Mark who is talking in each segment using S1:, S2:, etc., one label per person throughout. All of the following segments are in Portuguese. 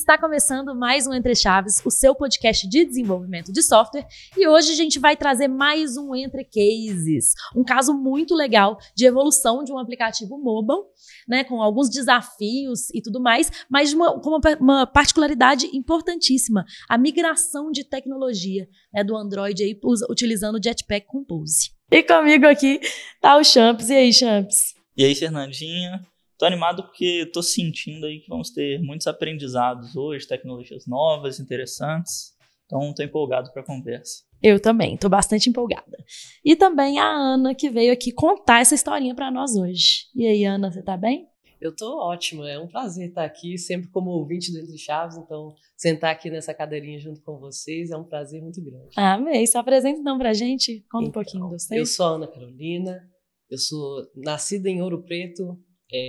S1: Está começando mais um Entre Chaves, o seu podcast de desenvolvimento de software, e hoje a gente vai trazer mais um Entre Cases, um caso muito legal de evolução de um aplicativo mobile, né, com alguns desafios e tudo mais, mas com uma particularidade importantíssima, a migração de tecnologia, né, do Android aí, utilizando o Jetpack Compose. E comigo aqui tá o Champs. E aí, Champs?
S2: E aí, Fernandinha? Tô animado porque tô sentindo aí que vamos ter muitos aprendizados hoje, tecnologias novas, interessantes. Então, tô empolgado para a conversa.
S1: Eu também, tô bastante empolgada. E também a Ana, que veio aqui contar essa historinha para nós hoje. E aí, Ana, você tá bem?
S3: Eu tô ótima, é um prazer estar aqui, sempre como ouvinte do Entre Chaves, então sentar aqui nessa cadeirinha junto com vocês é um prazer muito grande.
S1: Amei, só apresenta então pra gente, conta um pouquinho de você.
S3: Eu sou a Ana Carolina, eu sou nascida em Ouro Preto,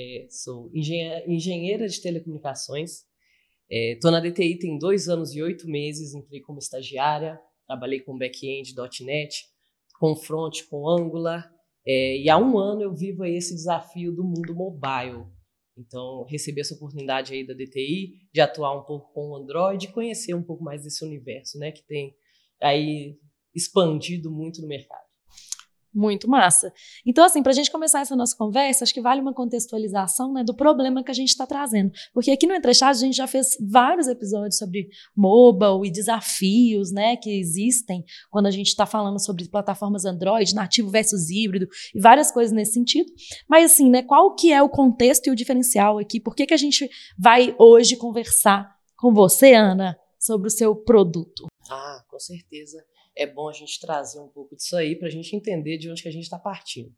S3: sou engenheira de telecomunicações, tô na DTI tem 2 anos e 8 meses, entrei como estagiária, trabalhei com back-end, .NET, com front, com Angular, e há 1 ano eu vivo aí esse desafio do mundo mobile. Então, recebi essa oportunidade aí da DTI de atuar um pouco com o Android e conhecer um pouco mais desse universo, né, que tem aí expandido muito no mercado.
S1: Muito massa. Então, assim, para a gente começar essa nossa conversa, acho que vale uma contextualização, né, do problema que a gente está trazendo. Porque aqui no Entre Chaves a gente já fez vários episódios sobre mobile e desafios, né, que existem quando a gente está falando sobre plataformas Android, nativo versus híbrido e várias coisas nesse sentido. Mas, assim, né, qual que é o contexto e o diferencial aqui? Por que a gente vai hoje conversar com você, Ana, sobre o seu produto?
S3: Ah, com certeza. É bom a gente trazer um pouco disso aí para a gente entender de onde que a gente está partindo.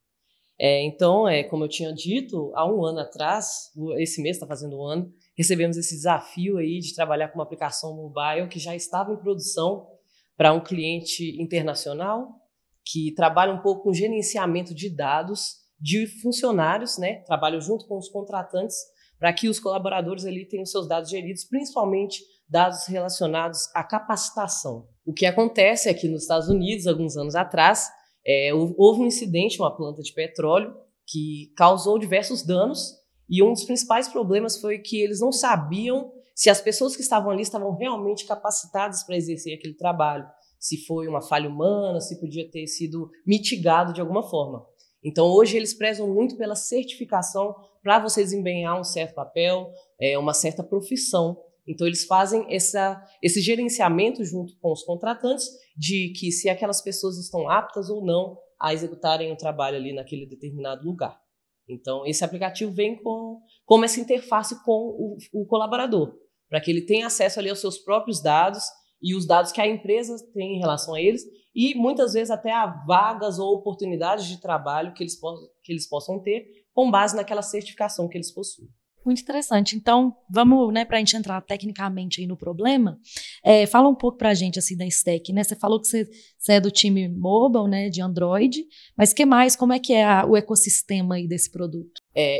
S3: Então, como eu tinha dito, há 1 ano atrás, esse mês está fazendo 1 ano, recebemos esse desafio aí de trabalhar com uma aplicação mobile que já estava em produção para um cliente internacional que trabalha um pouco com gerenciamento de dados de funcionários, né? Trabalham junto com os contratantes para que os colaboradores ali tenham seus dados geridos, principalmente dados relacionados à capacitação. O que acontece é que nos Estados Unidos, alguns anos atrás, houve um incidente, uma planta de petróleo, que causou diversos danos, e um dos principais problemas foi que eles não sabiam se as pessoas que estavam ali estavam realmente capacitadas para exercer aquele trabalho, se foi uma falha humana, se podia ter sido mitigado de alguma forma. Então, hoje, eles prezam muito pela certificação para você desempenhar um certo papel, uma certa profissão. Então, eles fazem esse gerenciamento junto com os contratantes de que se aquelas pessoas estão aptas ou não a executarem o trabalho ali naquele determinado lugar. Então, esse aplicativo vem como essa interface com o colaborador, para que ele tenha acesso ali aos seus próprios dados e os dados que a empresa tem em relação a eles e, muitas vezes, até a vagas ou oportunidades de trabalho que eles possam ter com base naquela certificação que eles possuem.
S1: Muito interessante. Então, vamos, né, para a gente entrar tecnicamente aí no problema, fala um pouco para a gente, assim, da stack, né? Você falou que você é do time mobile, né, de Android, mas que mais? Como é que é o ecossistema aí desse produto?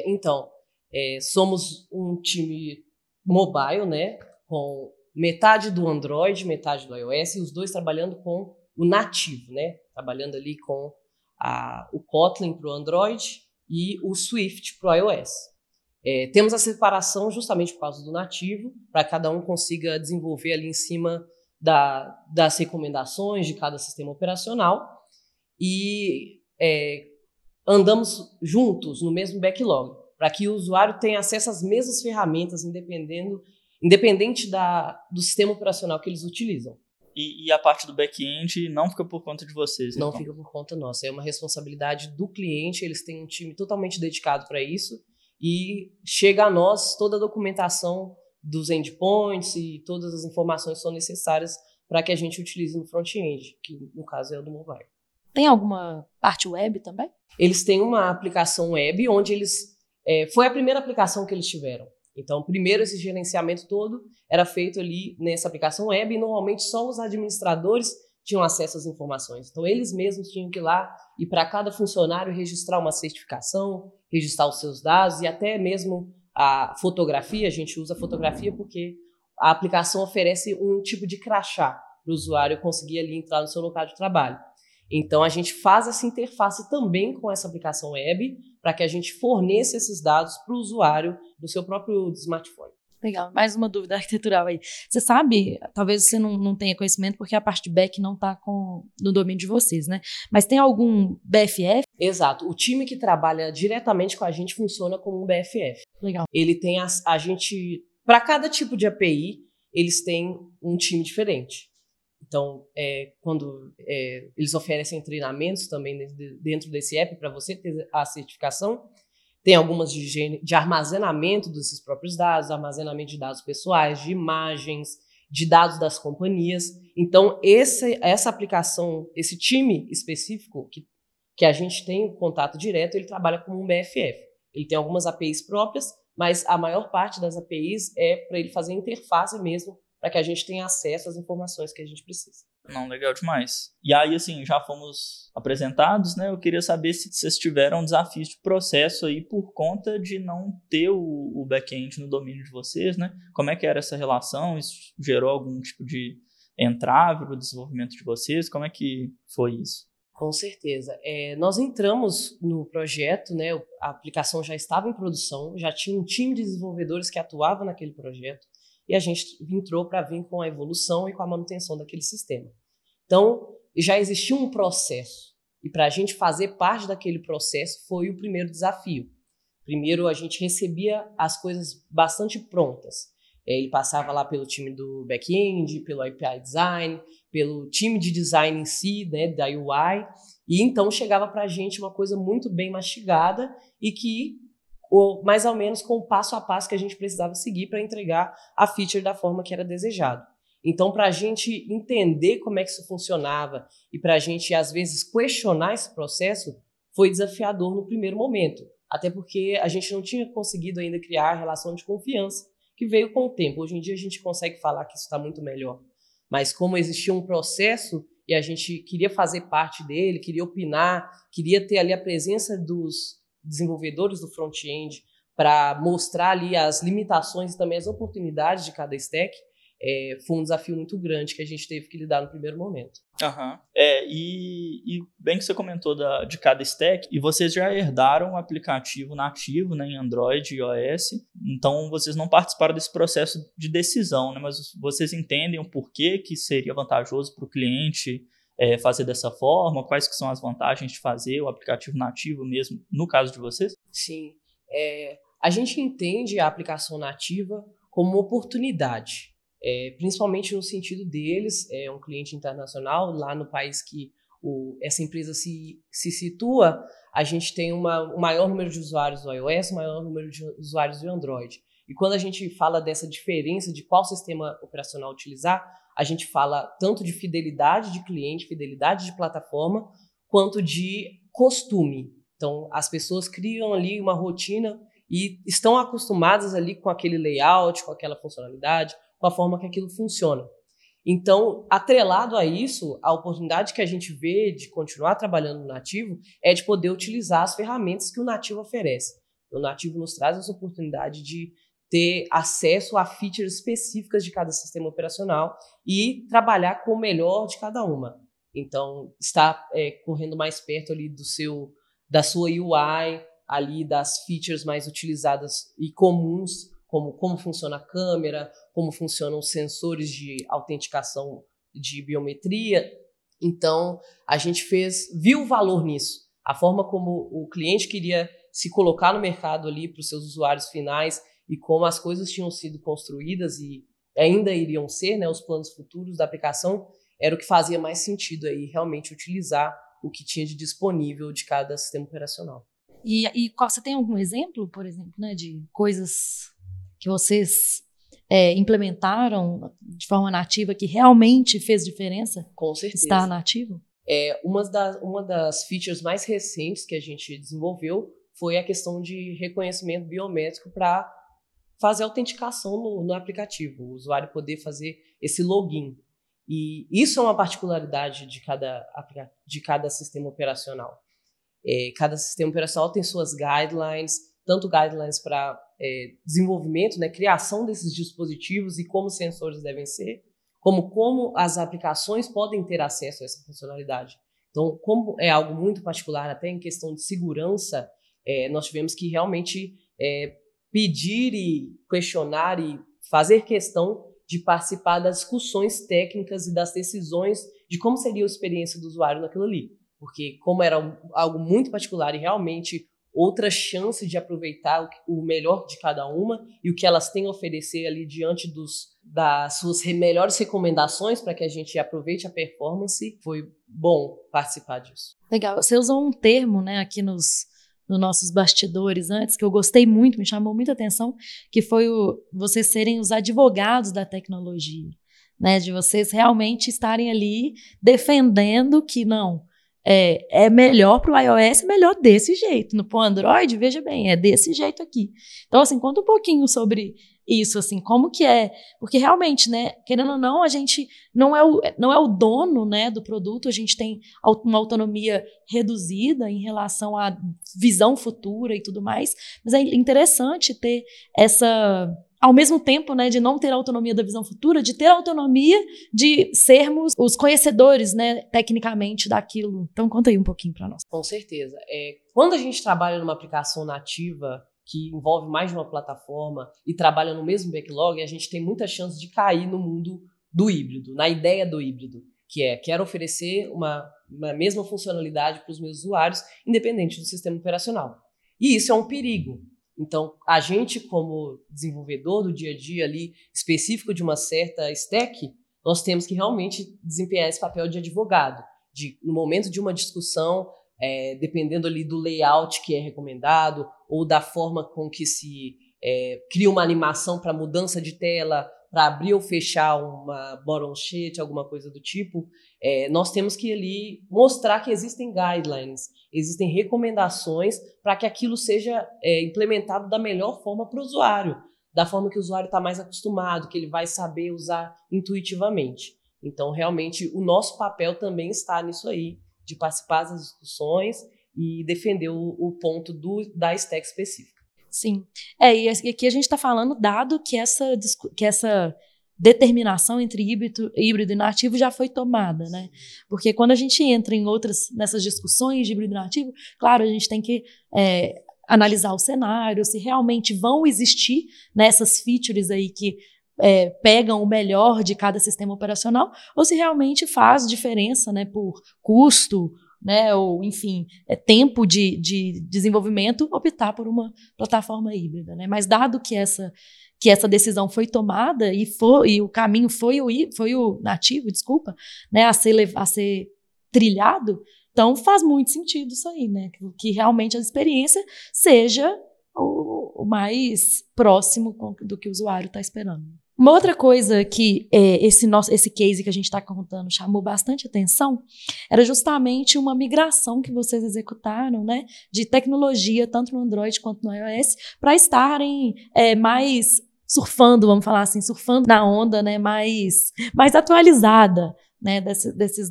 S3: Somos um time mobile, né, com metade do Android, metade do iOS, e os dois trabalhando com o nativo, né, trabalhando ali com o Kotlin para o Android e o Swift para o iOS. Temos a separação justamente por causa do nativo, para cada um consiga desenvolver ali em cima das recomendações de cada sistema operacional e andamos juntos no mesmo backlog, para que o usuário tenha acesso às mesmas ferramentas, independente do sistema operacional que eles utilizam.
S2: E a parte do back-end não fica por conta de vocês?
S3: Não
S2: então?
S3: Fica por conta nossa, é uma responsabilidade do cliente, eles têm um time totalmente dedicado para isso, e chega a nós toda a documentação dos endpoints e todas as informações que são necessárias para que a gente utilize no front-end, que no caso é o do mobile.
S1: Tem alguma parte web também?
S3: Eles têm uma aplicação web onde foi a primeira aplicação que eles tiveram. Então, primeiro esse gerenciamento todo era feito ali nessa aplicação web e normalmente só os administradores tinham acesso às informações. Então, eles mesmos tinham que ir lá e para cada funcionário registrar uma certificação, registrar os seus dados e até mesmo a fotografia. A gente usa fotografia porque a aplicação oferece um tipo de crachá para o usuário conseguir ali entrar no seu local de trabalho. Então, a gente faz essa interface também com essa aplicação web para que a gente forneça esses dados para o usuário do seu próprio smartphone.
S1: Legal. Mais uma dúvida arquitetural aí. Você sabe, talvez você não tenha conhecimento porque a parte de back não está no domínio de vocês, né? Mas tem algum BFF?
S3: Exato. O time que trabalha diretamente com a gente funciona como um BFF.
S1: Legal.
S3: Ele tem a gente, para cada tipo de API, eles têm um time diferente. Então, quando eles oferecem treinamentos também dentro desse app para você ter a certificação, tem algumas de armazenamento desses próprios dados, armazenamento de dados pessoais, de imagens, de dados das companhias. Então, essa aplicação, esse time específico que a gente tem contato direto, ele trabalha como um BFF. Ele tem algumas APIs próprias, mas a maior parte das APIs é para ele fazer interface mesmo, para que a gente tenha acesso às informações que a gente precisa.
S2: Não, legal demais. E aí, assim, já fomos apresentados, né? Eu queria saber se vocês tiveram desafios de processo aí por conta de não ter o back-end no domínio de vocês, né? Como é que era essa relação? Isso gerou algum tipo de entrave no desenvolvimento de vocês? Como é que foi isso?
S3: Com certeza. Nós entramos no projeto, né? A aplicação já estava em produção, já tinha um time de desenvolvedores que atuava naquele projeto, e a gente entrou para vir com a evolução e com a manutenção daquele sistema. Então, já existia um processo, e para a gente fazer parte daquele processo foi o primeiro desafio. Primeiro, a gente recebia as coisas bastante prontas. Ele passava lá pelo time do back-end, pelo API design, pelo time de design em si, né, da UI, e então chegava para a gente uma coisa muito bem mastigada e que mais ou menos com o passo a passo que a gente precisava seguir para entregar a feature da forma que era desejado. Então, para a gente entender como é que isso funcionava e para a gente, às vezes, questionar esse processo, foi desafiador no primeiro momento, até porque a gente não tinha conseguido ainda criar a relação de confiança que veio com o tempo. Hoje em dia a gente consegue falar que isso está muito melhor, mas como existia um processo e a gente queria fazer parte dele, queria opinar, queria ter ali a presença dos desenvolvedores do front-end para mostrar ali as limitações e também as oportunidades de cada stack, foi um desafio muito grande que a gente teve que lidar no primeiro momento.
S2: Uhum. E bem que você comentou de cada stack, e vocês já herdaram o aplicativo nativo, né, em Android e iOS, então vocês não participaram desse processo de decisão, né, mas vocês entendem o porquê que seria vantajoso para o cliente fazer dessa forma, quais que são as vantagens de fazer o aplicativo nativo mesmo, no caso de vocês?
S3: Sim, a gente entende a aplicação nativa como uma oportunidade, principalmente no sentido deles, um cliente internacional, lá no país que essa empresa se situa, a gente tem um maior número de usuários do iOS, um maior número de usuários do Android. E quando a gente fala dessa diferença de qual sistema operacional utilizar, a gente fala tanto de fidelidade de cliente, fidelidade de plataforma, quanto de costume. Então, as pessoas criam ali uma rotina e estão acostumadas ali com aquele layout, com aquela funcionalidade, com a forma que aquilo funciona. Então, atrelado a isso, a oportunidade que a gente vê de continuar trabalhando no nativo é de poder utilizar as ferramentas que o nativo oferece. O nativo nos traz essa oportunidade de ter acesso a features específicas de cada sistema operacional e trabalhar com o melhor de cada uma. Então, está correndo mais perto ali da sua UI, ali das features mais utilizadas e comuns, como funciona a câmera, como funcionam os sensores de autenticação de biometria. Então, a gente viu o valor nisso. A forma como o cliente queria se colocar no mercado ali para os seus usuários finais e como as coisas tinham sido construídas e ainda iriam ser, né, os planos futuros da aplicação, era o que fazia mais sentido aí, realmente utilizar o que tinha de disponível de cada sistema operacional.
S1: E você tem algum exemplo, por exemplo, né, de coisas que vocês implementaram de forma nativa que realmente fez diferença?
S3: Com certeza.
S1: Estar nativo?
S3: Uma das features mais recentes que a gente desenvolveu foi a questão de reconhecimento biométrico para fazer autenticação no aplicativo, o usuário poder fazer esse login. E isso é uma particularidade de cada sistema operacional. Cada sistema operacional tem suas guidelines, tanto guidelines para desenvolvimento, né, criação desses dispositivos e como os sensores devem ser, como as aplicações podem ter acesso a essa funcionalidade. Então, como é algo muito particular, até em questão de segurança, nós tivemos que realmente pedir e questionar e fazer questão de participar das discussões técnicas e das decisões de como seria a experiência do usuário naquilo ali. Porque como era algo muito particular e realmente outra chance de aproveitar o melhor de cada uma e o que elas têm a oferecer ali diante das suas melhores recomendações para que a gente aproveite a performance, foi bom participar disso.
S1: Legal. Você usou um termo, né, aqui nos nossos bastidores antes, que eu gostei muito, me chamou muita atenção, que foi vocês serem os advogados da tecnologia, né, de vocês realmente estarem ali defendendo que não, é melhor para o iOS, é melhor desse jeito. Para o Android, veja bem, é desse jeito aqui. Então, assim, conta um pouquinho sobre isso, assim, como que é, porque realmente, né, querendo ou não, a gente não é o dono, né, do produto, a gente tem uma autonomia reduzida em relação à visão futura e tudo mais, mas é interessante ter essa, ao mesmo tempo, né, de não ter a autonomia da visão futura, de ter a autonomia de sermos os conhecedores, né, tecnicamente daquilo. Então, conta aí um pouquinho para nós.
S3: Com certeza. Quando a gente trabalha numa aplicação nativa que envolve mais de uma plataforma e trabalha no mesmo backlog, a gente tem muita chance de cair no mundo do híbrido, na ideia do híbrido, que quero oferecer uma mesma funcionalidade para os meus usuários, independente do sistema operacional. E isso é um perigo. Então, a gente, como desenvolvedor do dia a dia ali, específico de uma certa stack, nós temos que realmente desempenhar esse papel de advogado, no momento de uma discussão, dependendo ali do layout que é recomendado, ou da forma com que se cria uma animação para mudança de tela, para abrir ou fechar uma bottom sheet, alguma coisa do tipo, nós temos que ali mostrar que existem guidelines, existem recomendações para que aquilo seja implementado da melhor forma para o usuário, da forma que o usuário está mais acostumado, que ele vai saber usar intuitivamente. Então, realmente, o nosso papel também está nisso aí, de participar das discussões e defender o ponto da stack específica.
S1: Sim. E aqui a gente está falando, dado que essa determinação entre híbrido e nativo já foi tomada, né? Porque quando a gente entra nessas discussões de híbrido e nativo, claro, a gente tem que analisar o cenário, se realmente vão existir nessas features aí que pegam o melhor de cada sistema operacional, ou se realmente faz diferença, né, por custo, né, ou enfim, tempo de desenvolvimento, optar por uma plataforma híbrida, né? Mas dado que essa decisão foi tomada e o caminho foi o nativo, desculpa, né, a ser trilhado, então faz muito sentido isso aí, né? Que realmente a experiência seja o mais próximo do que o usuário está esperando. Uma outra coisa que esse case que a gente está contando chamou bastante atenção era justamente uma migração que vocês executaram, né, de tecnologia, tanto no Android quanto no iOS, para estarem mais surfando, vamos falar assim, surfando na onda, né, mais atualizada, né, dessas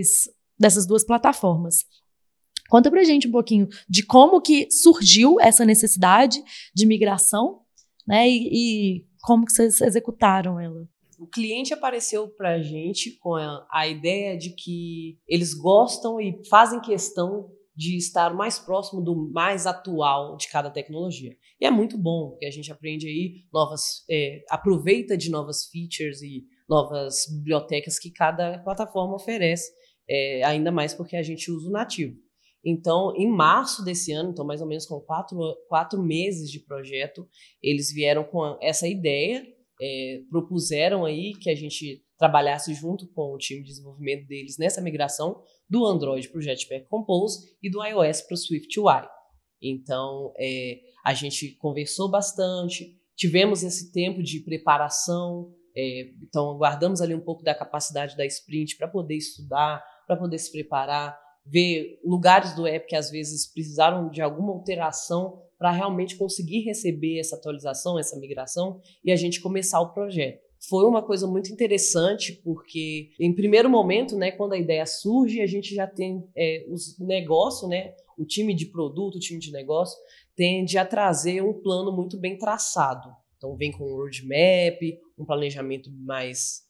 S1: duas plataformas. Conta pra gente um pouquinho de como que surgiu essa necessidade de migração, né, e como que vocês executaram ela?
S3: O cliente apareceu para a gente com a ideia de que eles gostam e fazem questão de estar mais próximo do mais atual de cada tecnologia. E é muito bom, porque a gente aprende aí aproveita de novas features e novas bibliotecas que cada plataforma oferece, ainda mais porque a gente usa o nativo. Então, em março desse ano, então mais ou menos com 4 meses de projeto, eles vieram com essa ideia, propuseram aí que a gente trabalhasse junto com o time de desenvolvimento deles nessa migração do Android para o Jetpack Compose e do iOS para o SwiftUI. Então, a gente conversou bastante, tivemos esse tempo de preparação, então guardamos ali um pouco da capacidade da sprint para poder estudar, para poder se preparar, ver lugares do app que às vezes precisaram de alguma alteração para realmente conseguir receber essa atualização, essa migração e a gente começar o projeto. Foi uma coisa muito interessante porque, em primeiro momento, né, quando a ideia surge, a gente já tem os negócios, né, o time de produto, o time de negócio, tende a trazer um plano muito bem traçado. Então, vem com um roadmap, um planejamento mais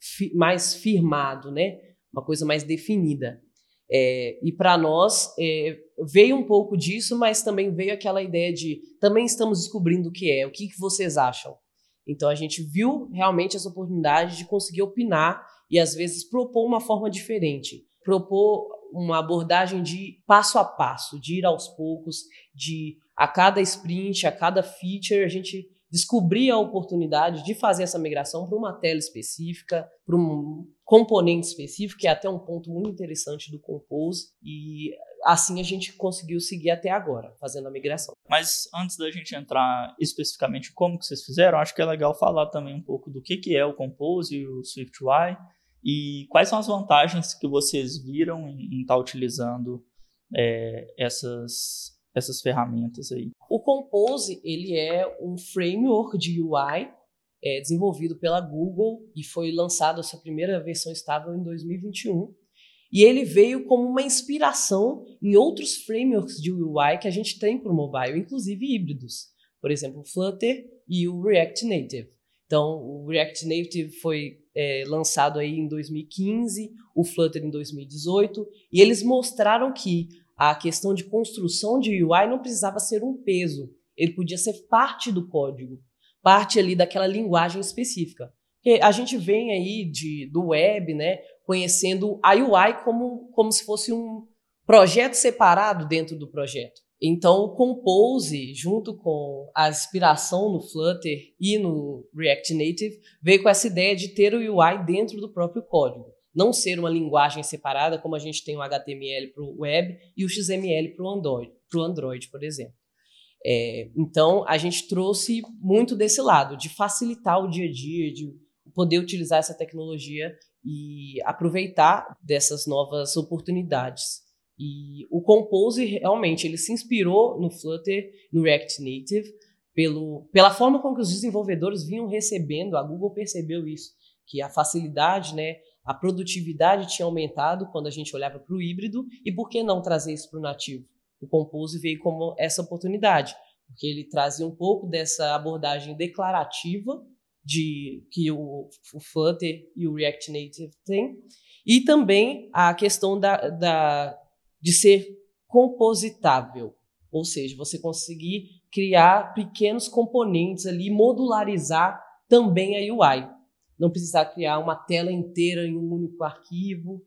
S3: firmado, né, uma coisa mais definida. E para nós veio um pouco disso, mas também veio aquela ideia de também estamos descobrindo o que vocês acham? Então, a gente viu realmente essa oportunidade de conseguir opinar e, às vezes, propor uma forma diferente. Propor uma abordagem de passo a passo, de ir aos poucos, de a cada sprint, a cada feature, a gente descobrir a oportunidade de fazer essa migração para uma tela específica, para um componente específico, que é até um ponto muito interessante do Compose, e assim a gente conseguiu seguir até agora, fazendo a migração.
S2: Mas antes da gente entrar especificamente como que vocês fizeram, acho que é legal falar também um pouco do que é o Compose e o SwiftUI, e quais são as vantagens que vocês viram em estar utilizando essas ferramentas aí.
S3: O Compose, ele é um framework de UI desenvolvido pela Google e foi lançado a sua primeira versão estável em 2021. E ele veio como uma inspiração em outros frameworks de UI que a gente tem para o mobile, inclusive híbridos. Por exemplo, o Flutter e o React Native. Então, o React Native foi lançado aí em 2015, o Flutter em 2018, e eles mostraram que a questão de construção de UI não precisava ser um peso, ele podia ser parte do código, parte ali daquela linguagem específica. Porque a gente vem aí do web, né, conhecendo a UI como se fosse um projeto separado dentro do projeto. Então, o Compose, junto com a inspiração no Flutter e no React Native, veio com essa ideia de ter o UI dentro do próprio código. Não ser uma linguagem separada, como a gente tem o HTML para o web e o XML para o Android, por exemplo. Então, a gente trouxe muito desse lado, de facilitar o dia a dia, de poder utilizar essa tecnologia e aproveitar dessas novas oportunidades. E o Compose, realmente, ele se inspirou no Flutter, no React Native, pela forma como que os desenvolvedores vinham recebendo. A Google percebeu isso, que a facilidade, né, a produtividade tinha aumentado quando a gente olhava para o híbrido, e por que não trazer isso para o nativo? O Compose veio como essa oportunidade, porque ele trazia um pouco dessa abordagem declarativa que o Flutter e o React Native têm, e também a questão de ser compositável, ou seja, você conseguir criar pequenos componentes ali, modularizar também a UI. Não precisar criar uma tela inteira em um único arquivo.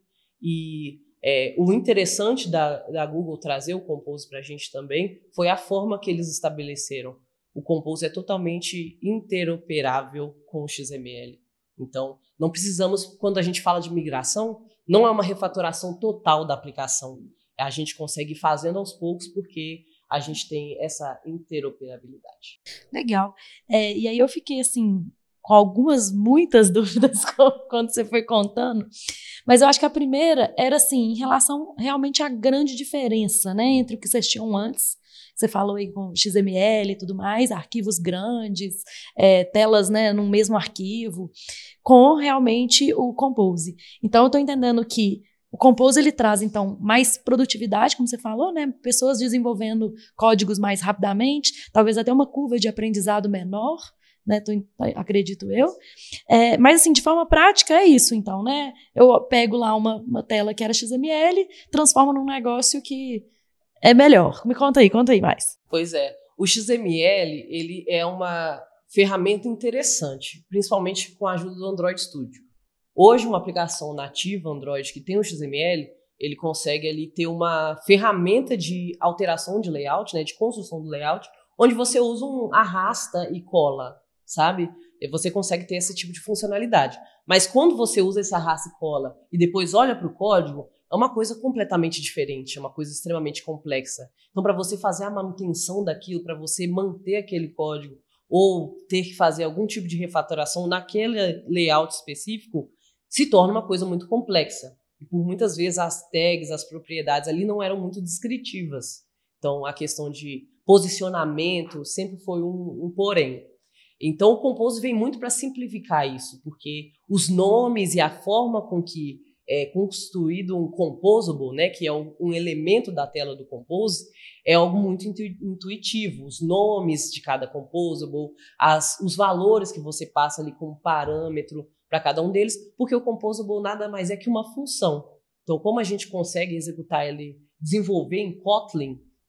S3: E o interessante da Google trazer o Compose para a gente também foi a forma que eles estabeleceram. O Compose é totalmente interoperável com o XML. Então, não precisamos, quando a gente fala de migração, não é uma refatoração total da aplicação. A gente consegue ir fazendo aos poucos porque a gente tem essa interoperabilidade.
S1: Legal. E aí eu fiquei assim, com muitas dúvidas quando você foi contando, mas eu acho que a primeira era assim, em relação realmente à grande diferença, né, entre o que vocês tinham antes. Você falou aí com XML e tudo mais, arquivos grandes, telas, né, no mesmo arquivo, com realmente o Compose. Então, eu estou entendendo que o Compose, ele traz, então, mais produtividade, como você falou, né? Pessoas desenvolvendo códigos mais rapidamente, talvez até uma curva de aprendizado menor, né? Acredito eu. Mas, assim, de forma prática, é isso, então, né? Eu pego lá uma tela que era XML, transformo num negócio que é melhor. Me conta aí mais.
S3: Pois é. O XML, ele é uma ferramenta interessante, principalmente com a ajuda do Android Studio. Hoje, uma aplicação nativa Android que tem o XML, ele consegue ali ter uma ferramenta de alteração de layout, né, de construção do layout, onde você usa um arrasta e cola, sabe? E você consegue ter esse tipo de funcionalidade. Mas quando você usa esse arrasta e cola e depois olha para o código, é uma coisa completamente diferente, é uma coisa extremamente complexa. Então, para você fazer a manutenção daquilo, para você manter aquele código, ou ter que fazer algum tipo de refatoração naquele layout específico, se torna uma coisa muito complexa. E por muitas vezes as tags, as propriedades ali não eram muito descritivas. Então a questão de posicionamento sempre foi um porém. Então o Compose vem muito para simplificar isso, porque os nomes e a forma com que é construído um composable, né, que é um elemento da tela do Compose, é algo muito intuitivo. Os nomes de cada composable, os valores que você passa ali como parâmetro para cada um deles, porque o composable nada mais é que uma função. Então, como a gente consegue executar ele, desenvolver em Kotlin,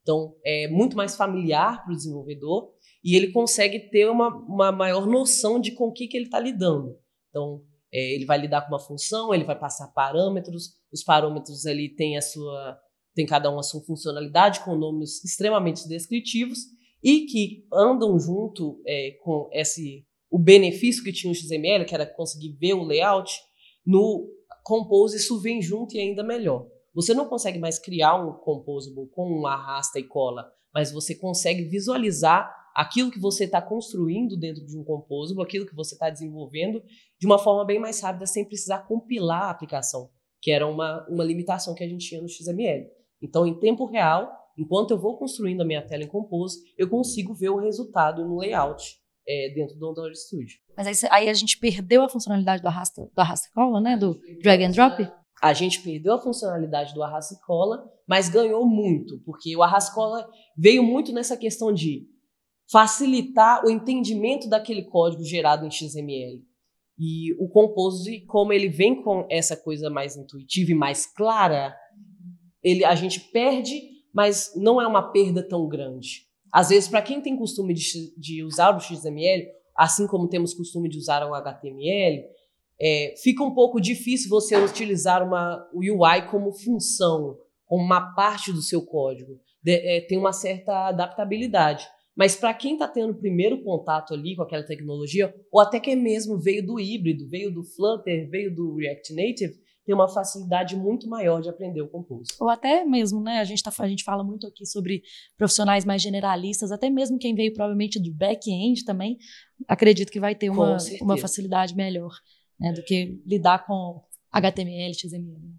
S3: Então, é muito mais familiar para o desenvolvedor e ele consegue ter uma maior noção de com o que ele está lidando. Então, ele vai lidar com uma função, ele vai passar parâmetros, os parâmetros ali tem cada um a sua funcionalidade com nomes extremamente descritivos e que andam junto com o benefício que tinha o XML, que era conseguir ver o layout. No Compose isso vem junto e ainda melhor. Você não consegue mais criar um composable com um arrasta e cola, mas você consegue visualizar aquilo que você está construindo dentro de um composable, aquilo que você está desenvolvendo, de uma forma bem mais rápida, sem precisar compilar a aplicação, que era uma limitação que a gente tinha no XML. Então, em tempo real, enquanto eu vou construindo a minha tela em Compose, eu consigo ver o resultado no layout dentro do Android Studio.
S1: Mas aí a gente perdeu a funcionalidade do arrasta e cola, né? Do drag and drop?
S3: A gente perdeu a funcionalidade do arrasta e cola, mas ganhou muito, porque o arrasta e cola veio muito nessa questão de facilitar o entendimento daquele código gerado em XML. E o Compose, como ele vem com essa coisa mais intuitiva e mais clara, a gente perde, mas não é uma perda tão grande. Às vezes, para quem tem costume de usar o XML, assim como temos costume de usar o HTML, fica um pouco difícil você utilizar o UI como função, como uma parte do seu código. Tem uma certa adaptabilidade. Mas para quem está tendo o primeiro contato ali com aquela tecnologia, ou até que mesmo veio do híbrido, veio do Flutter, veio do React Native, tem uma facilidade muito maior de aprender o Compose.
S1: Ou até mesmo, né, a gente fala muito aqui sobre profissionais mais generalistas, até mesmo quem veio provavelmente do back-end também, acredito que vai ter uma facilidade melhor, né, do que lidar com HTML, XML.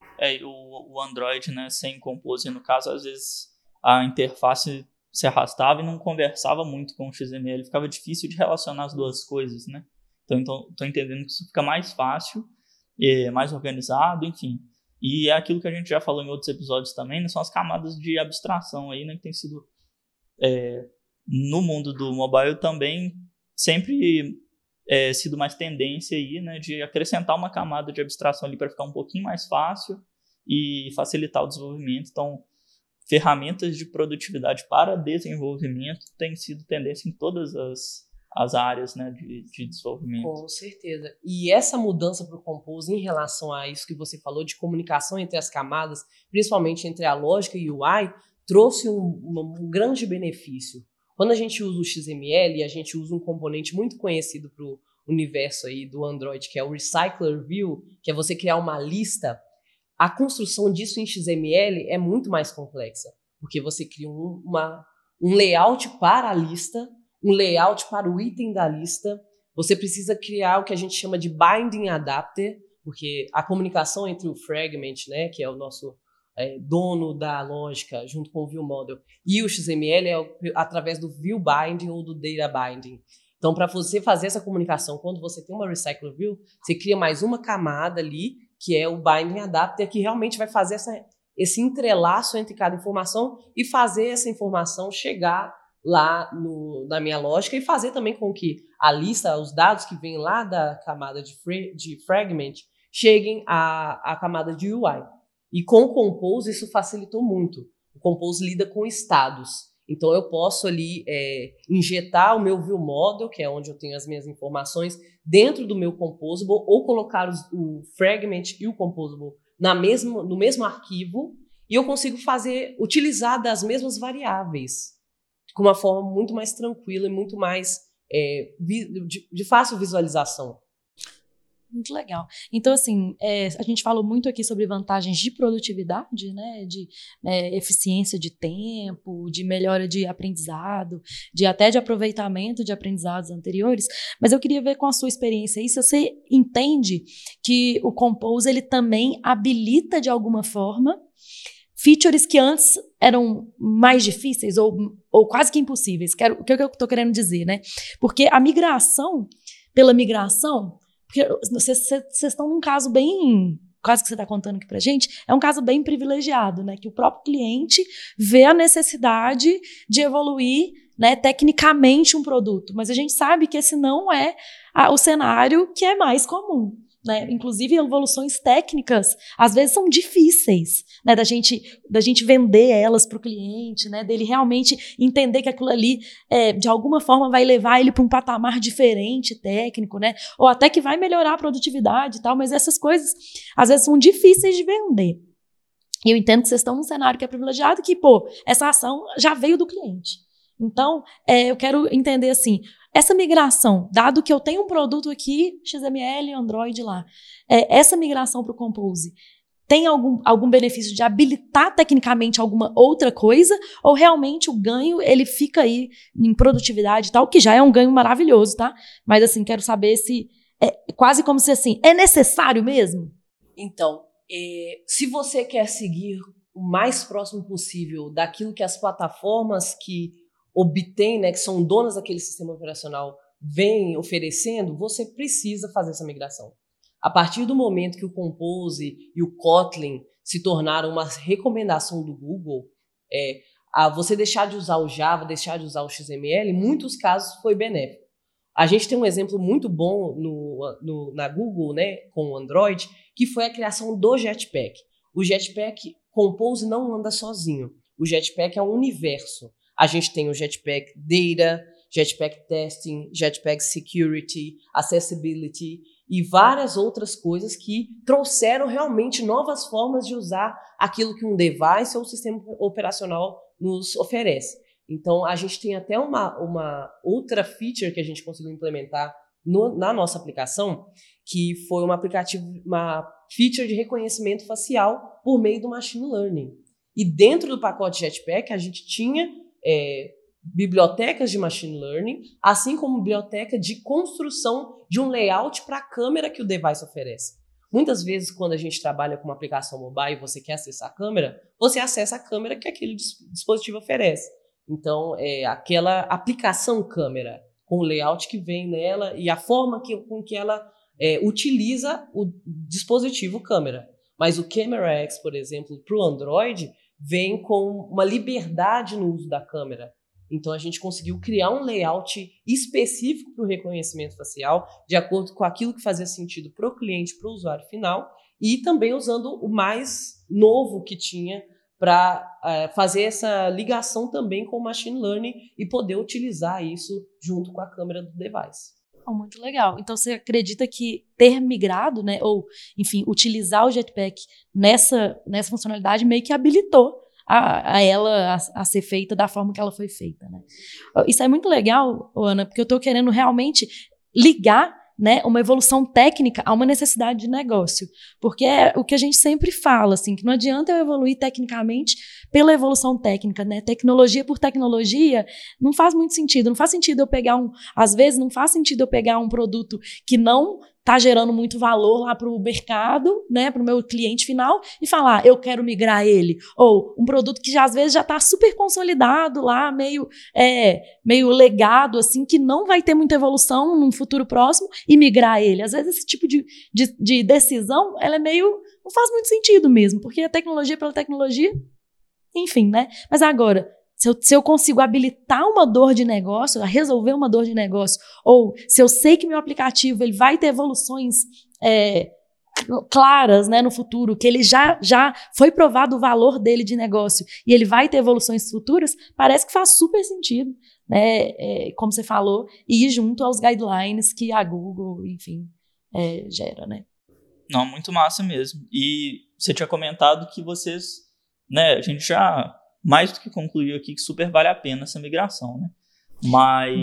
S2: O Android, né, sem Compose, no caso, às vezes a interface se arrastava e não conversava muito com o XML, ficava difícil de relacionar as duas coisas, né? Então estou entendendo que isso fica mais fácil, mais organizado, enfim. E é aquilo que a gente já falou em outros episódios também, né? São as camadas de abstração aí, né? Que tem sido, no mundo do mobile também, sempre sido mais tendência aí, né? De acrescentar uma camada de abstração ali para ficar um pouquinho mais fácil e facilitar o desenvolvimento. Então, ferramentas de produtividade para desenvolvimento têm sido tendência em todas as áreas, né, de desenvolvimento.
S3: Com certeza. E essa mudança para o Compose em relação a isso que você falou de comunicação entre as camadas, principalmente entre a lógica e o UI, trouxe um grande benefício. Quando a gente usa o XML, a gente usa um componente muito conhecido para o universo aí do Android, que é o Recycler View, que é você criar uma lista. A construção disso em XML é muito mais complexa, porque você cria um layout para a lista, um layout para o item da lista. Você precisa criar o que a gente chama de binding adapter, porque a comunicação entre o Fragment, né, que é o nosso dono da lógica, junto com o View Model, e o XML através do View Binding ou do Data Binding. Então, para você fazer essa comunicação, quando você tem uma Recycler View, você cria mais uma camada ali, que é o Binding Adapter, que realmente vai fazer esse entrelaço entre cada informação e fazer essa informação chegar lá na minha lógica e fazer também com que a lista, os dados que vêm lá da camada de Fragment cheguem à camada de UI. E com o Compose isso facilitou muito. O Compose lida com estados. Então eu posso ali injetar o meu View Model, que é onde eu tenho as minhas informações, dentro do meu Composable, ou colocar o Fragment e o Composable no mesmo arquivo, e eu consigo utilizar das mesmas variáveis com uma forma muito mais tranquila e muito mais de fácil visualização.
S1: Muito legal. Então, assim, a gente falou muito aqui sobre vantagens de produtividade, né, de eficiência de tempo, de melhora de aprendizado, até de aproveitamento de aprendizados anteriores, mas eu queria ver com a sua experiência aí, se você entende que o Compose, ele também habilita de alguma forma features que antes eram mais difíceis ou quase que impossíveis. O que eu estou querendo dizer, né? Porque a migração, pela migração, porque vocês estão num caso bem, quase que você está contando aqui pra gente, é um caso bem privilegiado, né? Que o próprio cliente vê a necessidade de evoluir, né, tecnicamente um produto, mas a gente sabe que esse não é o cenário que é mais comum, né? Inclusive evoluções técnicas, às vezes são difíceis, né? Da gente vender elas para o cliente, né? Dele realmente entender que aquilo ali, de alguma forma, vai levar ele para um patamar diferente técnico, né? Ou até que vai melhorar a produtividade e tal, mas essas coisas, às vezes, são difíceis de vender. E eu entendo que vocês estão num cenário que é privilegiado, que, essa ação já veio do cliente. Então, eu quero entender assim, essa migração, dado que eu tenho um produto aqui, XML, Android lá, essa migração para o Compose, tem algum benefício de habilitar tecnicamente alguma outra coisa, ou realmente o ganho, ele fica aí em produtividade e tal, que já é um ganho maravilhoso, tá? Mas assim, quero saber se, quase como se assim, é necessário mesmo?
S3: Então, se você quer seguir o mais próximo possível daquilo que as plataformas que obtêm, né, que são donas daquele sistema operacional, vêm oferecendo, você precisa fazer essa migração. A partir do momento que o Compose e o Kotlin se tornaram uma recomendação do Google, você deixar de usar o Java, deixar de usar o XML, em muitos casos foi benéfico. A gente tem um exemplo muito bom na Google, né, com o Android, que foi a criação do Jetpack. O Jetpack Compose não anda sozinho. O Jetpack é um universo. A gente tem o Jetpack Data, Jetpack Testing, Jetpack Security, Accessibility e várias outras coisas que trouxeram realmente novas formas de usar aquilo que um device ou um sistema operacional nos oferece. Então, a gente tem até uma outra feature que a gente conseguiu implementar na nossa aplicação, que foi uma feature de reconhecimento facial por meio do machine learning. E dentro do pacote Jetpack, a gente tinha bibliotecas de machine learning, assim como biblioteca de construção de um layout para a câmera que o device oferece. Muitas vezes, quando a gente trabalha com uma aplicação mobile e você quer acessar a câmera, você acessa a câmera que aquele dispositivo oferece. Então, aquela aplicação câmera, com o layout que vem nela e a forma com que ela utiliza o dispositivo câmera. Mas o Camera X, por exemplo, para o Android, vem com uma liberdade no uso da câmera. Então, a gente conseguiu criar um layout específico para o reconhecimento facial, de acordo com aquilo que fazia sentido para o cliente, para o usuário final, e também usando o mais novo que tinha para fazer essa ligação também com o machine learning e poder utilizar isso junto com a câmera do device.
S1: Muito legal. Então, você acredita que ter migrado, né, ou, enfim, utilizar o Jetpack nessa funcionalidade meio que habilitou a ela a ser feita da forma que ela foi feita, né? Isso é muito legal, Ana, porque eu estou querendo realmente ligar, né, uma evolução técnica a uma necessidade de negócio. Porque é o que a gente sempre fala, assim, que não adianta eu evoluir tecnicamente pela evolução técnica, né? Tecnologia por tecnologia não faz muito sentido. Não faz sentido eu pegar às vezes não faz sentido eu pegar um produto que não está gerando muito valor lá para o mercado, né, para o meu cliente final, e falar, eu quero migrar ele. Ou um produto que às vezes já está super consolidado lá, meio legado, assim, que não vai ter muita evolução num futuro próximo, e migrar ele. Às vezes esse tipo de decisão, ela não faz muito sentido mesmo, porque a tecnologia pela tecnologia, enfim, né? Mas agora, se eu consigo habilitar uma dor de negócio, resolver uma dor de negócio, ou se eu sei que meu aplicativo ele vai ter evoluções claras, né, no futuro, que ele já foi provado o valor dele de negócio e ele vai ter evoluções futuras, parece que faz super sentido, né, como você falou, ir junto aos guidelines que a Google, enfim, gera, né?
S2: Não, muito massa mesmo. E você tinha comentado que vocês, né, a gente já mais do que concluiu aqui que super vale a pena essa migração, né? Mas...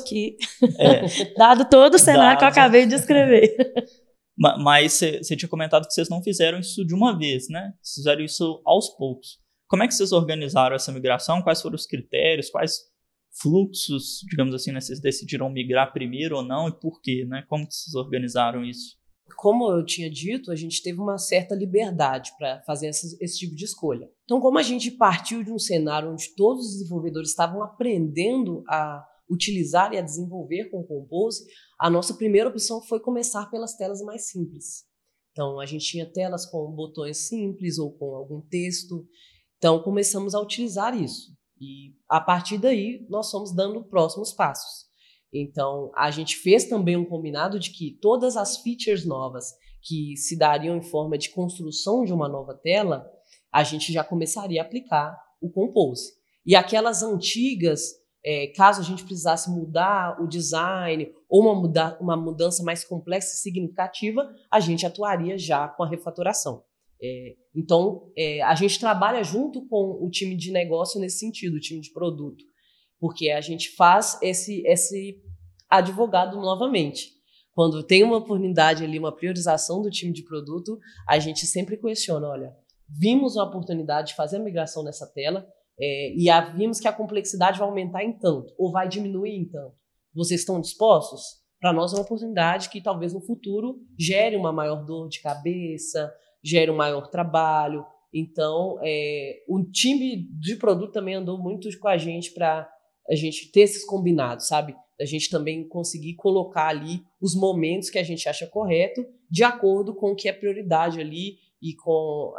S1: Dado todo o cenário que eu acabei de descrever.
S2: Mas você tinha comentado que vocês não fizeram isso de uma vez, né? Vocês fizeram isso aos poucos. Como é que vocês organizaram essa migração? Quais foram os critérios? Quais fluxos, digamos assim, né, vocês decidiram migrar primeiro ou não? E por quê, né? Como que vocês organizaram isso?
S3: Como eu tinha dito, a gente teve uma certa liberdade para fazer esse tipo de escolha. Então, como a gente partiu de um cenário onde todos os desenvolvedores estavam aprendendo a utilizar e a desenvolver com o Compose, a nossa primeira opção foi começar pelas telas mais simples. Então, a gente tinha telas com botões simples ou com algum texto. Então, começamos a utilizar isso. E, a partir daí, nós fomos dando próximos passos. Então, a gente fez também um combinado de que todas as features novas que se dariam em forma de construção de uma nova tela, a gente já começaria a aplicar o Compose. E aquelas antigas, caso a gente precisasse mudar o design ou uma mudança mais complexa e significativa, a gente atuaria já com a refatoração. Então, a gente trabalha junto com o time de negócio nesse sentido, o time de produto, porque a gente faz esse advogado novamente. Quando tem uma oportunidade ali, uma priorização do time de produto, a gente sempre questiona, olha, vimos a oportunidade de fazer a migração nessa tela e vimos que a complexidade vai aumentar em tanto, ou vai diminuir em tanto. Vocês estão dispostos? Para nós é uma oportunidade que talvez no futuro gere uma maior dor de cabeça, gere um maior trabalho. Então, o time de produto também andou muito com a gente para a gente ter esses combinados, sabe? A gente também conseguir colocar ali os momentos que a gente acha correto, de acordo com o que é prioridade ali e com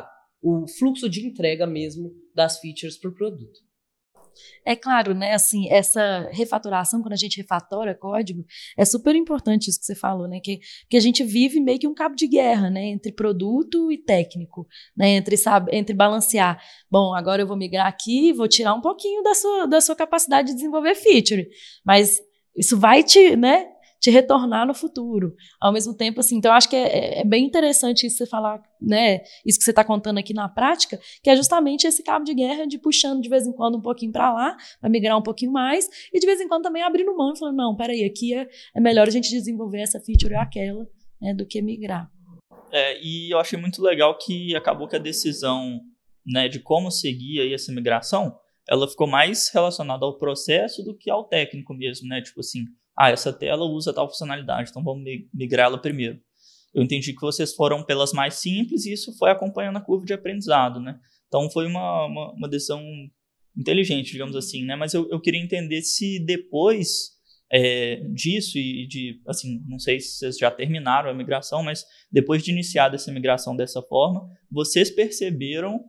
S3: o fluxo de entrega mesmo das features para o produto.
S1: É claro, né, assim, essa refatoração, quando a gente refatora código, é super importante isso que você falou, né, que a gente vive meio que um cabo de guerra, né, entre produto e técnico, né, entre balancear, bom, agora eu vou migrar aqui, vou tirar um pouquinho da sua capacidade de desenvolver feature, mas isso vai te retornar no futuro. Ao mesmo tempo, assim, então eu acho que é bem interessante isso você falar, né, isso que você está contando aqui na prática, que é justamente esse cabo de guerra de puxando de vez em quando um pouquinho para lá, para migrar um pouquinho mais, e de vez em quando também abrindo mão e falando, não, peraí, aqui é melhor a gente desenvolver essa feature ou aquela, né, do que migrar.
S2: E eu achei muito legal que acabou que a decisão, né, de como seguir aí essa migração, ela ficou mais relacionada ao processo do que ao técnico mesmo, né, tipo assim, essa tela usa tal funcionalidade, então vamos migrar ela primeiro. Eu entendi que vocês foram pelas mais simples e isso foi acompanhando a curva de aprendizado, né? Então foi uma decisão inteligente, digamos assim, né? Mas eu queria entender se depois disso e de, assim, não sei se vocês já terminaram a migração, mas depois de iniciar essa migração dessa forma, vocês perceberam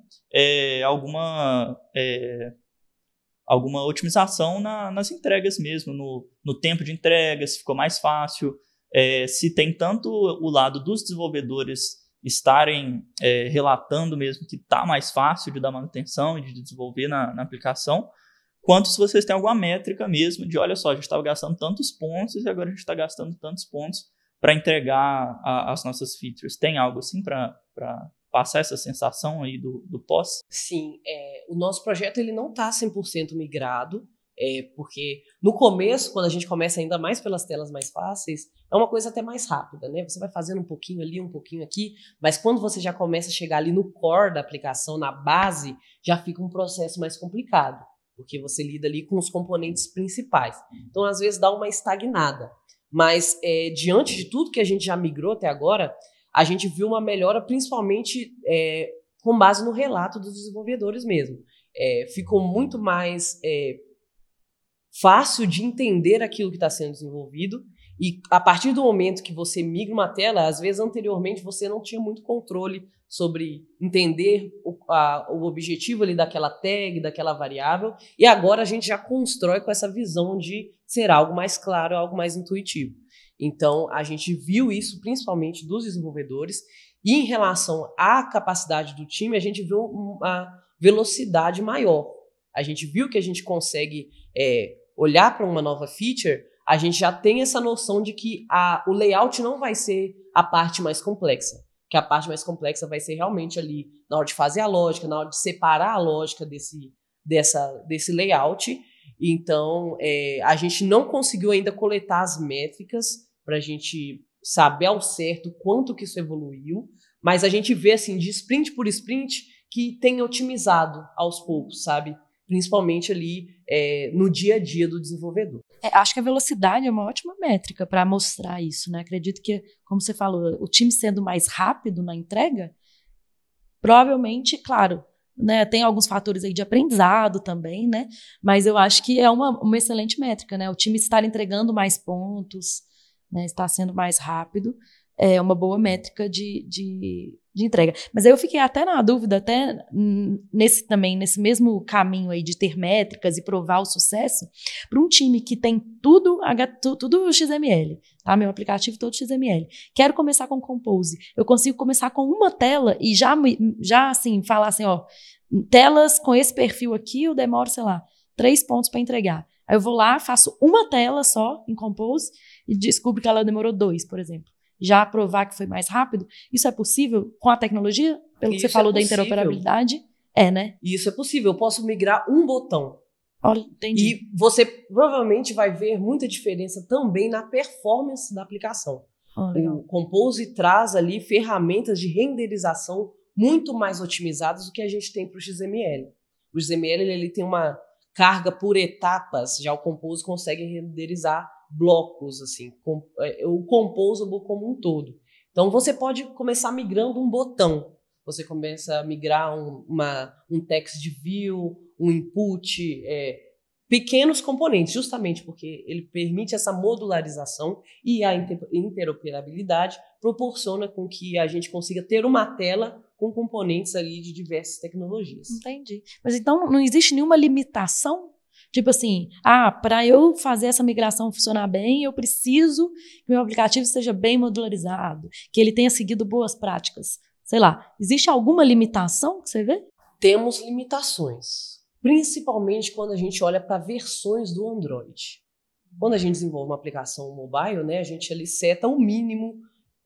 S2: alguma otimização nas entregas mesmo, no tempo de entrega, se ficou mais fácil, se tem tanto o lado dos desenvolvedores estarem relatando mesmo que está mais fácil de dar manutenção e de desenvolver na aplicação, quanto se vocês têm alguma métrica mesmo de, olha só, a gente estava gastando tantos pontos e agora a gente está gastando tantos pontos para entregar as nossas features. Tem algo assim para passar essa sensação aí do pós?
S3: Sim, o nosso projeto ele não está 100% migrado, porque no começo, quando a gente começa ainda mais pelas telas mais fáceis, é uma coisa até mais rápida, né? Você vai fazendo um pouquinho ali, um pouquinho aqui, mas quando você já começa a chegar ali no core da aplicação, na base, já fica um processo mais complicado, porque você lida ali com os componentes principais. Então, às vezes, dá uma estagnada. Mas, diante de tudo que a gente já migrou até agora, a gente viu uma melhora principalmente com base no relato dos desenvolvedores mesmo. Ficou muito mais fácil de entender aquilo que está sendo desenvolvido e a partir do momento que você migra uma tela, às vezes anteriormente você não tinha muito controle sobre entender o objetivo ali daquela tag, daquela variável, e agora a gente já constrói com essa visão de ser algo mais claro, algo mais intuitivo. Então, a gente viu isso principalmente dos desenvolvedores e em relação à capacidade do time, a gente viu uma velocidade maior. A gente viu que a gente consegue olhar para uma nova feature, a gente já tem essa noção de que o layout não vai ser a parte mais complexa, que a parte mais complexa vai ser realmente ali na hora de fazer a lógica, na hora de separar a lógica desse layout. Então, a gente não conseguiu ainda coletar as métricas para a gente saber ao certo quanto que isso evoluiu, mas a gente vê, assim, de sprint por sprint, que tem otimizado aos poucos, sabe? Principalmente ali no dia a dia do desenvolvedor.
S1: Acho que a velocidade é uma ótima métrica para mostrar isso, né? Acredito que, como você falou, o time sendo mais rápido na entrega, provavelmente, claro, né, tem alguns fatores aí de aprendizado também, né? Mas eu acho que é uma excelente métrica, né? O time estar entregando mais pontos, né, estar sendo mais rápido, é uma boa métrica de de entrega. Mas aí eu fiquei até na dúvida, até nesse mesmo caminho aí de ter métricas e provar o sucesso, para um time que tem tudo XML, tá? Meu aplicativo todo XML. Quero começar com Compose. Eu consigo começar com uma tela e já assim, falar assim, ó, telas com esse perfil aqui, eu demoro, sei lá, 3 pontos para entregar. Aí eu vou lá, faço uma tela só em Compose e descubro que ela demorou 2, por exemplo. Já provar que foi mais rápido, isso é possível com a tecnologia? Pelo que você falou da interoperabilidade? Né?
S3: Isso é possível. Eu posso migrar um botão.
S1: Olha, entendi.
S3: E você provavelmente vai ver muita diferença também na performance da aplicação. O Compose traz ali ferramentas de renderização muito mais otimizadas do que a gente tem para o XML. O XML ele tem uma carga por etapas, já o Compose consegue renderizar blocos, assim, o Composable como um todo. Então, você pode começar migrando um botão. Você começa a migrar um text view, um input, pequenos componentes, justamente porque ele permite essa modularização e a interoperabilidade proporciona com que a gente consiga ter uma tela com componentes ali de diversas tecnologias.
S1: Entendi. Mas então não existe nenhuma limitação? Tipo assim, para eu fazer essa migração funcionar bem, eu preciso que meu aplicativo seja bem modularizado, que ele tenha seguido boas práticas. Sei lá, existe alguma limitação que você vê?
S3: Temos limitações, principalmente quando a gente olha para versões do Android. Quando a gente desenvolve uma aplicação mobile, né, a gente ali seta o mínimo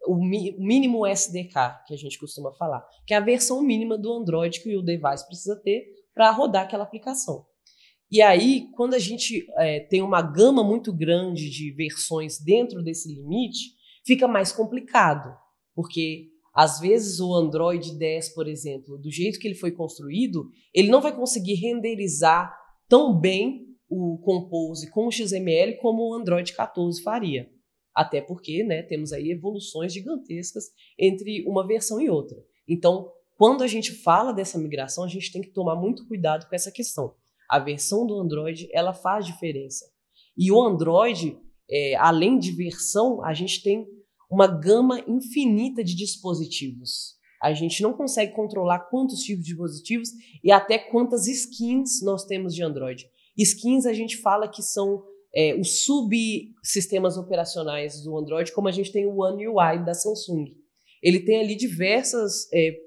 S3: SDK, que a gente costuma falar, que é a versão mínima do Android que o device precisa ter para rodar aquela aplicação. E aí, quando a gente tem uma gama muito grande de versões dentro desse limite, fica mais complicado, porque às vezes o Android 10, por exemplo, do jeito que ele foi construído, ele não vai conseguir renderizar tão bem o Compose com o XML como o Android 14 faria. Até porque, né, temos aí evoluções gigantescas entre uma versão e outra. Então, quando a gente fala dessa migração, a gente tem que tomar muito cuidado com essa questão. A versão do Android, ela faz diferença. E o Android, além de versão, a gente tem uma gama infinita de dispositivos. A gente não consegue controlar quantos tipos de dispositivos e até quantas skins nós temos de Android. Skins a gente fala que são os subsistemas operacionais do Android, como a gente tem o One UI da Samsung. Ele tem ali diversas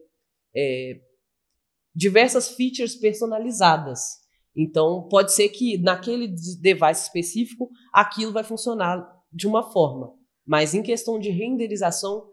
S3: features personalizadas. Então, pode ser que naquele device específico, aquilo vai funcionar de uma forma. Mas em questão de renderização,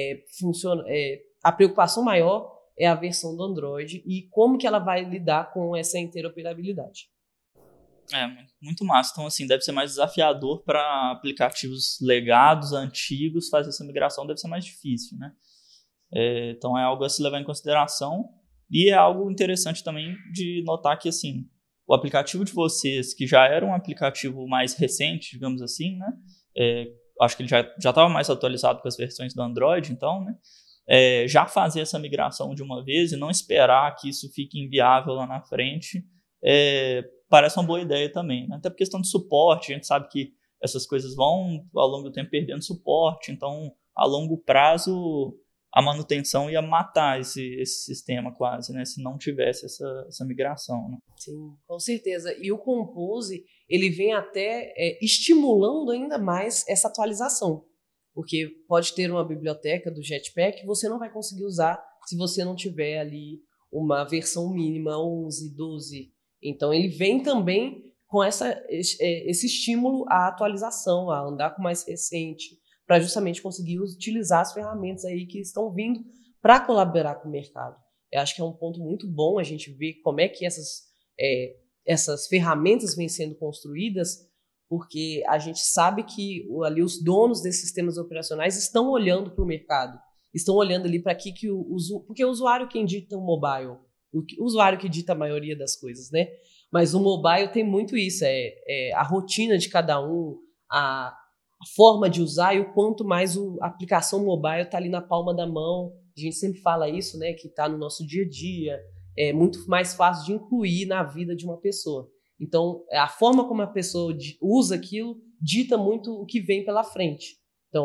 S3: a preocupação maior é a versão do Android e como que ela vai lidar com essa interoperabilidade.
S2: Muito massa. Então, assim, deve ser mais desafiador para aplicativos legados, antigos, fazer essa migração deve ser mais difícil, né? Então, é algo a se levar em consideração e é algo interessante também de notar que, assim, o aplicativo de vocês, que já era um aplicativo mais recente, digamos assim, né? Acho que ele já estava mais atualizado com as versões do Android, então, né? Já fazer essa migração de uma vez e não esperar que isso fique inviável lá na frente, parece uma boa ideia também, né? Até por questão de suporte, a gente sabe que essas coisas vão, ao longo do tempo, perdendo suporte, então, a longo prazo, a manutenção ia matar esse sistema quase, né? Se não tivesse essa migração, né?
S3: Sim, com certeza. E o Compose, ele vem até estimulando ainda mais essa atualização. Porque pode ter uma biblioteca do Jetpack que você não vai conseguir usar se você não tiver ali uma versão mínima 11, 12. Então, ele vem também com esse estímulo à atualização, a andar com o mais recente, para justamente conseguir utilizar as ferramentas aí que estão vindo para colaborar com o mercado. Eu acho que é um ponto muito bom a gente ver como é que essas ferramentas vêm sendo construídas, porque a gente sabe que ali os donos desses sistemas operacionais estão olhando para o mercado, estão olhando ali para que porque o usuário quem dita o mobile, o usuário que dita a maioria das coisas, né? Mas o mobile tem muito isso, a rotina de cada um, a forma de usar e o quanto mais a aplicação mobile está ali na palma da mão. A gente sempre fala isso, né, que está no nosso dia a dia, é muito mais fácil de incluir na vida de uma pessoa. Então, a forma como a pessoa usa aquilo dita muito o que vem pela frente. Então,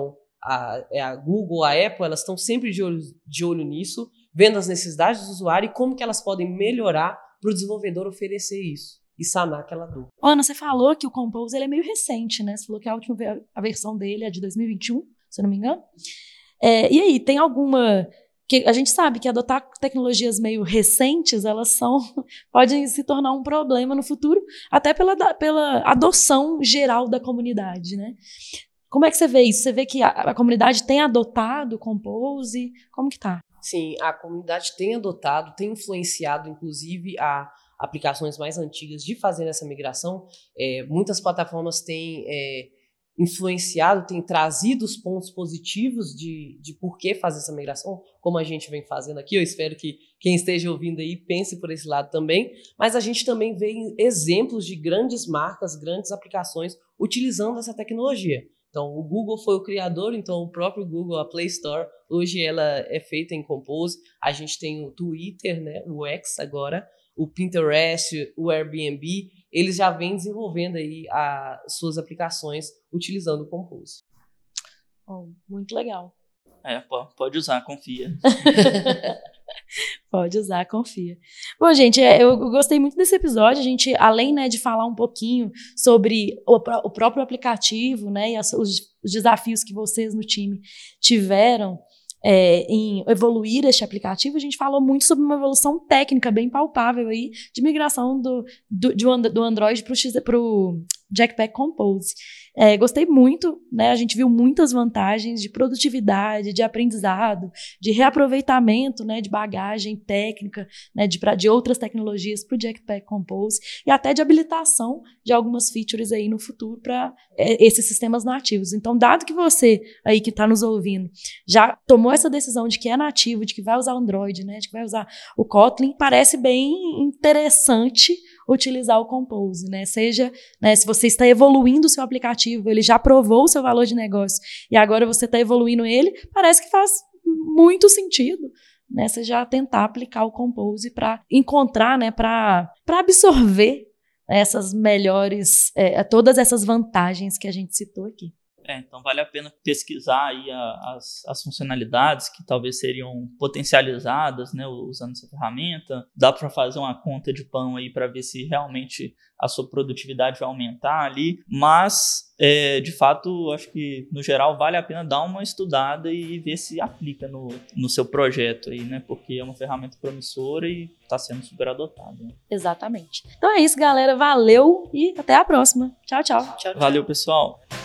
S3: a Google, a Apple, elas estão sempre de olho nisso, vendo as necessidades do usuário e como que elas podem melhorar para o desenvolvedor oferecer isso e sanar aquela dor.
S1: Ana, você falou que o Compose ele é meio recente, né? Você falou que a versão dele é de 2021, se eu não me engano. E aí, tem alguma... que a gente sabe que adotar tecnologias meio recentes, elas podem se tornar um problema no futuro, até pela adoção geral da comunidade, né? Como é que você vê isso? Você vê que a comunidade tem adotado o Compose? Como que tá?
S3: Sim, a comunidade tem adotado, tem influenciado, inclusive, a aplicações mais antigas de fazer essa migração. Muitas plataformas têm influenciado, têm trazido os pontos positivos de por que fazer essa migração, como a gente vem fazendo aqui. Eu espero que quem esteja ouvindo aí pense por esse lado também, mas a gente também vê exemplos de grandes marcas, grandes aplicações utilizando essa tecnologia. Então, o Google foi o criador, então o próprio Google, a Play Store, hoje ela é feita em Compose. A gente tem o Twitter, né, o X agora, o Pinterest, o Airbnb, eles já vêm desenvolvendo aí as suas aplicações utilizando o Compose.
S1: Muito legal.
S2: Pode usar, confia.
S1: Pode usar, confia. Bom, gente, eu gostei muito desse episódio. A gente, além, né, de falar um pouquinho sobre o próprio aplicativo, né, e os desafios que vocês no time tiveram em evoluir este aplicativo, a gente falou muito sobre uma evolução técnica bem palpável aí de migração do Android para o Jetpack Compose. Gostei muito, né? A gente viu muitas vantagens de produtividade, de aprendizado, de reaproveitamento, né, de bagagem técnica, né, de outras tecnologias para o Jetpack Compose e até de habilitação de algumas features aí no futuro para esses sistemas nativos. Então, dado que você aí que está nos ouvindo já tomou essa decisão de que é nativo, de que vai usar o Android, né, de que vai usar o Kotlin, parece bem interessante utilizar o Compose, né? Seja, né, se você está evoluindo o seu aplicativo, ele já provou o seu valor de negócio e agora você está evoluindo ele, parece que faz muito sentido, né? Você já tentar aplicar o Compose para encontrar, né, para absorver essas melhores, todas essas vantagens que a gente citou aqui.
S2: Então vale a pena pesquisar aí as funcionalidades que talvez seriam potencializadas, né, usando essa ferramenta. Dá para fazer uma conta de pão aí para ver se realmente a sua produtividade vai aumentar ali, mas de fato acho que no geral vale a pena dar uma estudada e ver se aplica no seu projeto aí, né, porque é uma ferramenta promissora e está sendo super adotada, né?
S1: Exatamente. Então é isso, galera, valeu e até a próxima. Tchau, tchau.
S3: Tchau, tchau.
S2: Valeu, pessoal.